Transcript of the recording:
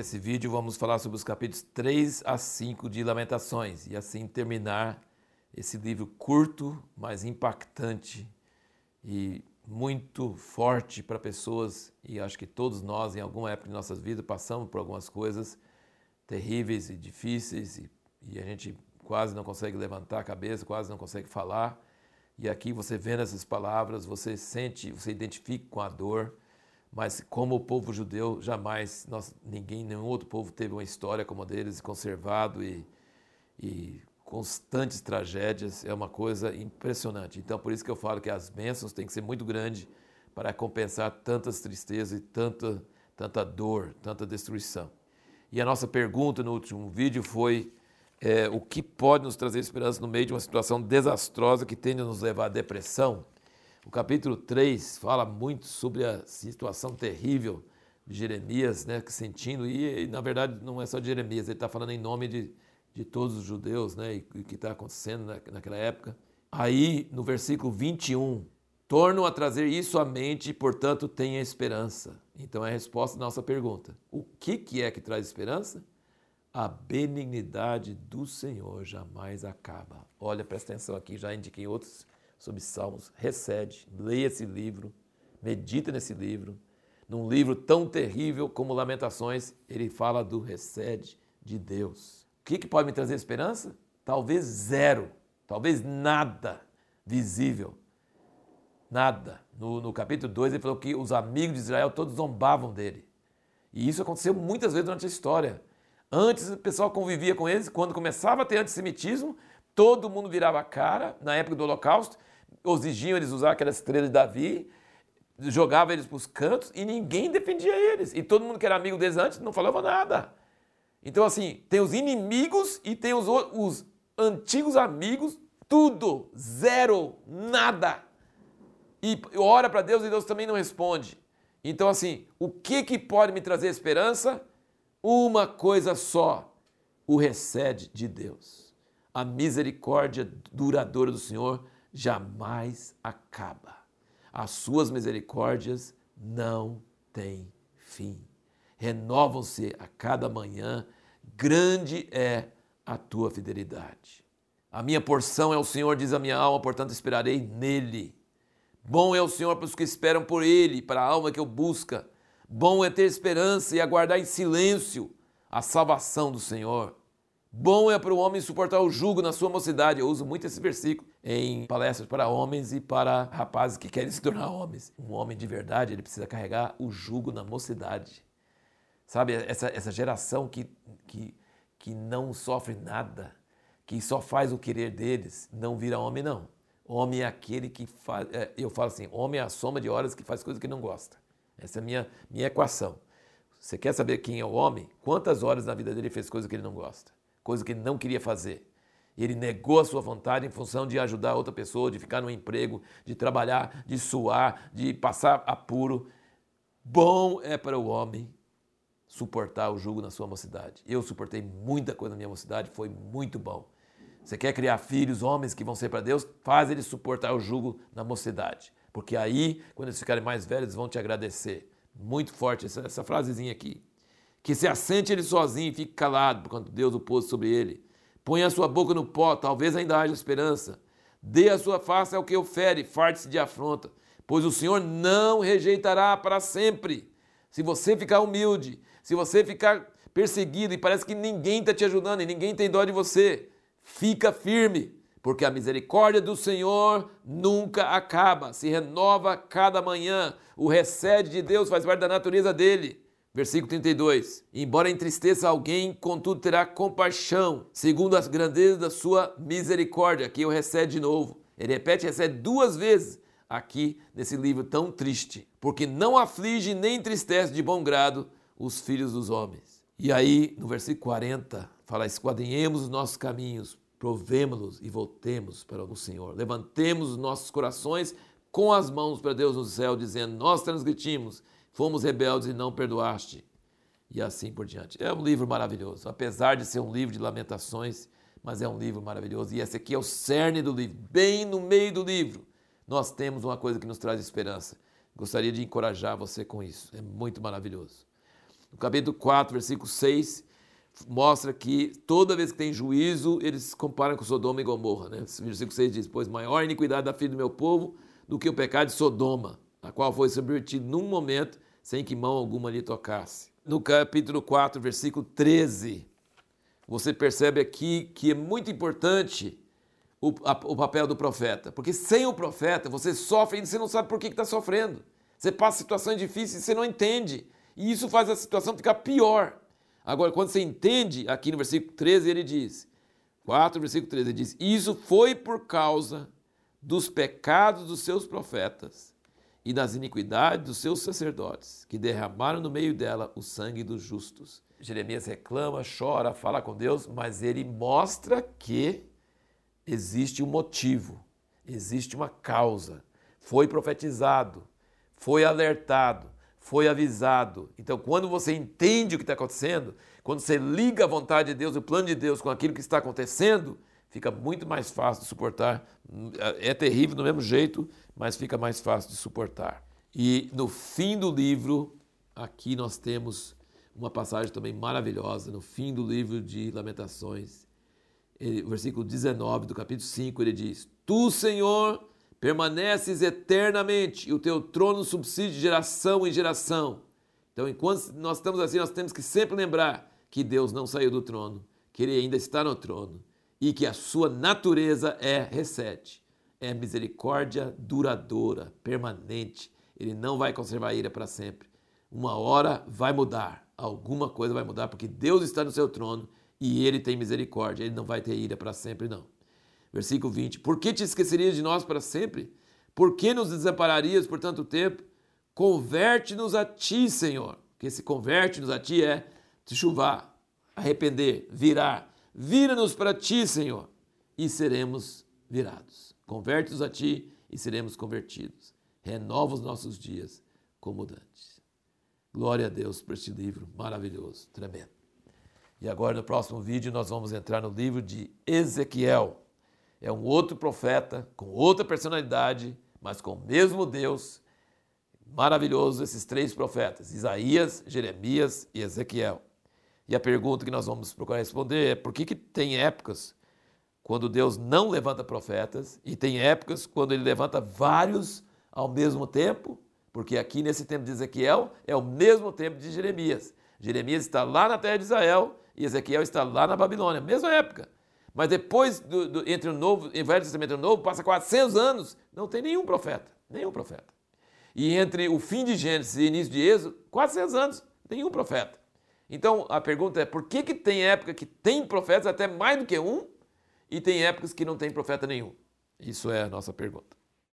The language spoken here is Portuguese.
nesse vídeo vamos falar sobre os capítulos 3 a 5 de Lamentações e assim terminar esse livro curto, mas impactante e muito forte para pessoas, e acho que todos nós em alguma época de nossas vidas passamos por algumas coisas terríveis e difíceis e a gente quase não consegue levantar a cabeça, quase não consegue falar. E aqui você vendo essas palavras, você sente, você identifica com a dor, mas como o povo judeu, jamais, nenhum outro povo teve uma história como a deles, conservado e constantes tragédias, é uma coisa impressionante. Então, por isso que eu falo que as bênçãos têm que ser muito grandes para compensar tantas tristezas e tanta dor, tanta destruição. E a nossa pergunta no último vídeo foi o que pode nos trazer esperança no meio de uma situação desastrosa que tende a nos levar à depressão? O capítulo 3 fala muito sobre a situação terrível de Jeremias, né, sentindo, e na verdade não é só de Jeremias, ele está falando em nome de todos os judeus, né, e o que está acontecendo naquela época. Aí, no versículo 21, tornam a trazer isso à mente e, portanto, tenha esperança. Então é a resposta da nossa pergunta. O que é que traz esperança? A benignidade do Senhor jamais acaba. Olha, presta atenção aqui, já indiquei outros sobre Salmos. Recede, leia esse livro, medita nesse livro. Num livro tão terrível como Lamentações, ele fala do recede de Deus. O que pode me trazer esperança? Talvez zero, talvez nada visível. Nada. No capítulo 2 ele falou que os amigos de Israel todos zombavam dele. E isso aconteceu muitas vezes durante a história. Antes o pessoal convivia com eles, quando começava a ter antissemitismo, todo mundo virava a cara, na época do Holocausto, exigiam eles usar aquela estrela de Davi, jogava eles para os cantos e ninguém defendia eles. E todo mundo que era amigo deles antes não falava nada. Então assim, tem os inimigos e tem os antigos amigos, tudo, zero, nada. E ora para Deus e Deus também não responde. Então assim, o que pode me trazer esperança? Uma coisa só, o recede de Deus. A misericórdia duradoura do Senhor jamais acaba. As suas misericórdias não têm fim. Renovam-se a cada manhã, grande é a tua fidelidade. A minha porção é o Senhor, diz a minha alma, portanto esperarei nele. Bom é o Senhor para os que esperam por ele, para a alma que o busca. Bom é ter esperança e aguardar em silêncio a salvação do Senhor. Bom é para o homem suportar o jugo na sua mocidade. Eu uso muito esse versículo em palestras para homens e para rapazes que querem se tornar homens. Um homem de verdade, ele precisa carregar o jugo na mocidade. Sabe, essa geração que não sofre nada, que só faz o querer deles, não vira homem, não. Homem é aquele que faz... eu falo assim, homem é a soma de horas que faz coisas que não gosta. Essa é a minha equação. Você quer saber quem é o homem? Quantas horas na vida dele ele fez coisas que ele não gosta? Coisa que ele não queria fazer. Ele negou a sua vontade em função de ajudar outra pessoa, de ficar no emprego, de trabalhar, de suar, de passar apuro. Bom é para o homem suportar o jugo na sua mocidade. Eu suportei muita coisa na minha mocidade, foi muito bom. Você quer criar filhos, homens que vão ser para Deus? Faz eles suportar o jugo na mocidade. Porque aí, quando eles ficarem mais velhos, eles vão te agradecer. Muito forte essa frasezinha aqui. Que se assente ele sozinho e fique calado, por quanto Deus o pôs sobre ele. Ponha a sua boca no pó, talvez ainda haja esperança. Dê a sua face ao que o fere, farte-se de afronta. Pois o Senhor não rejeitará para sempre. Se você ficar humilde, se você ficar perseguido e parece que ninguém está te ajudando e ninguém tem dó de você, fica firme, porque a misericórdia do Senhor nunca acaba, se renova cada manhã. O recede de Deus faz parte da natureza dele. Versículo 32. Embora entristeça alguém, contudo terá compaixão, segundo as grandezas da sua misericórdia. Aqui o recede de novo. Ele repete, recede duas vezes aqui nesse livro tão triste. Porque não aflige nem entristece de bom grado os filhos dos homens. E aí, no versículo 40, fala, esquadrinhemos os nossos caminhos, provemo-los e voltemos para o Senhor. Levantemos os nossos corações com as mãos para Deus no céu, dizendo, nós transgredimos, fomos rebeldes e não perdoaste. E assim por diante. É um livro maravilhoso, apesar de ser um livro de lamentações, mas é um livro maravilhoso. E esse aqui é o cerne do livro, bem no meio do livro. Nós temos uma coisa que nos traz esperança. Gostaria de encorajar você com isso, é muito maravilhoso. No capítulo 4, versículo 6, mostra que toda vez que tem juízo, eles comparam com Sodoma e Gomorra. Né? Versículo 6 diz, pois maior a iniquidade da filha do meu povo do que o pecado de Sodoma, a qual foi subvertido num momento, sem que mão alguma lhe tocasse. No capítulo 4, versículo 13, você percebe aqui que é muito importante o papel do profeta, porque sem o profeta você sofre e você não sabe por que está sofrendo. Você passa situações difíceis e você não entende, e isso faz a situação ficar pior. Agora, quando você entende, aqui no versículo 13 ele diz, 4, versículo 13, ele diz, isso foi por causa dos pecados dos seus profetas e das iniquidades dos seus sacerdotes, que derramaram no meio dela o sangue dos justos. Jeremias reclama, chora, fala com Deus, mas ele mostra que existe um motivo, existe uma causa. Foi profetizado, foi alertado, foi avisado. Então, quando você entende o que está acontecendo, quando você liga a vontade de Deus, o plano de Deus com aquilo que está acontecendo, fica muito mais fácil de suportar. É terrível do mesmo jeito, mas fica mais fácil de suportar. E no fim do livro, aqui nós temos uma passagem também maravilhosa, no fim do livro de Lamentações, o versículo 19 do capítulo 5, ele diz, Tu, Senhor, permaneces eternamente, e o teu trono subsiste de geração em geração. Então, enquanto nós estamos assim, nós temos que sempre lembrar que Deus não saiu do trono, que Ele ainda está no trono, e que a sua natureza é misericórdia duradoura, permanente. Ele não vai conservar a ira para sempre. Uma hora vai mudar, alguma coisa vai mudar, porque Deus está no seu trono e Ele tem misericórdia, Ele não vai ter ira para sempre, não. Versículo 20, por que te esquecerias de nós para sempre? Por que nos desampararias por tanto tempo? Converte-nos a Ti, Senhor. Porque esse converte-nos a Ti é te chuvar, arrepender, virar. Vira-nos para Ti, Senhor, e seremos virados. Converte-nos a Ti e seremos convertidos. Renova os nossos dias como dantes. Glória a Deus por este livro maravilhoso, tremendo. E agora no próximo vídeo nós vamos entrar no livro de Ezequiel. É um outro profeta, com outra personalidade, mas com o mesmo Deus. Maravilhoso esses três profetas, Isaías, Jeremias e Ezequiel. E a pergunta que nós vamos procurar responder é por que tem épocas quando Deus não levanta profetas e tem épocas quando Ele levanta vários ao mesmo tempo? Porque aqui nesse tempo de Ezequiel é o mesmo tempo de Jeremias. Jeremias está lá na terra de Israel e Ezequiel está lá na Babilônia, mesma época. Mas depois, entre o Velho Testamento e o Novo, passa 400 anos, não tem nenhum profeta, nenhum profeta. E entre o fim de Gênesis e o início de Êxodo, 400 anos, nenhum profeta. Então a pergunta é, por que tem época que tem profetas até mais do que um e tem épocas que não tem profeta nenhum? Isso é a nossa pergunta.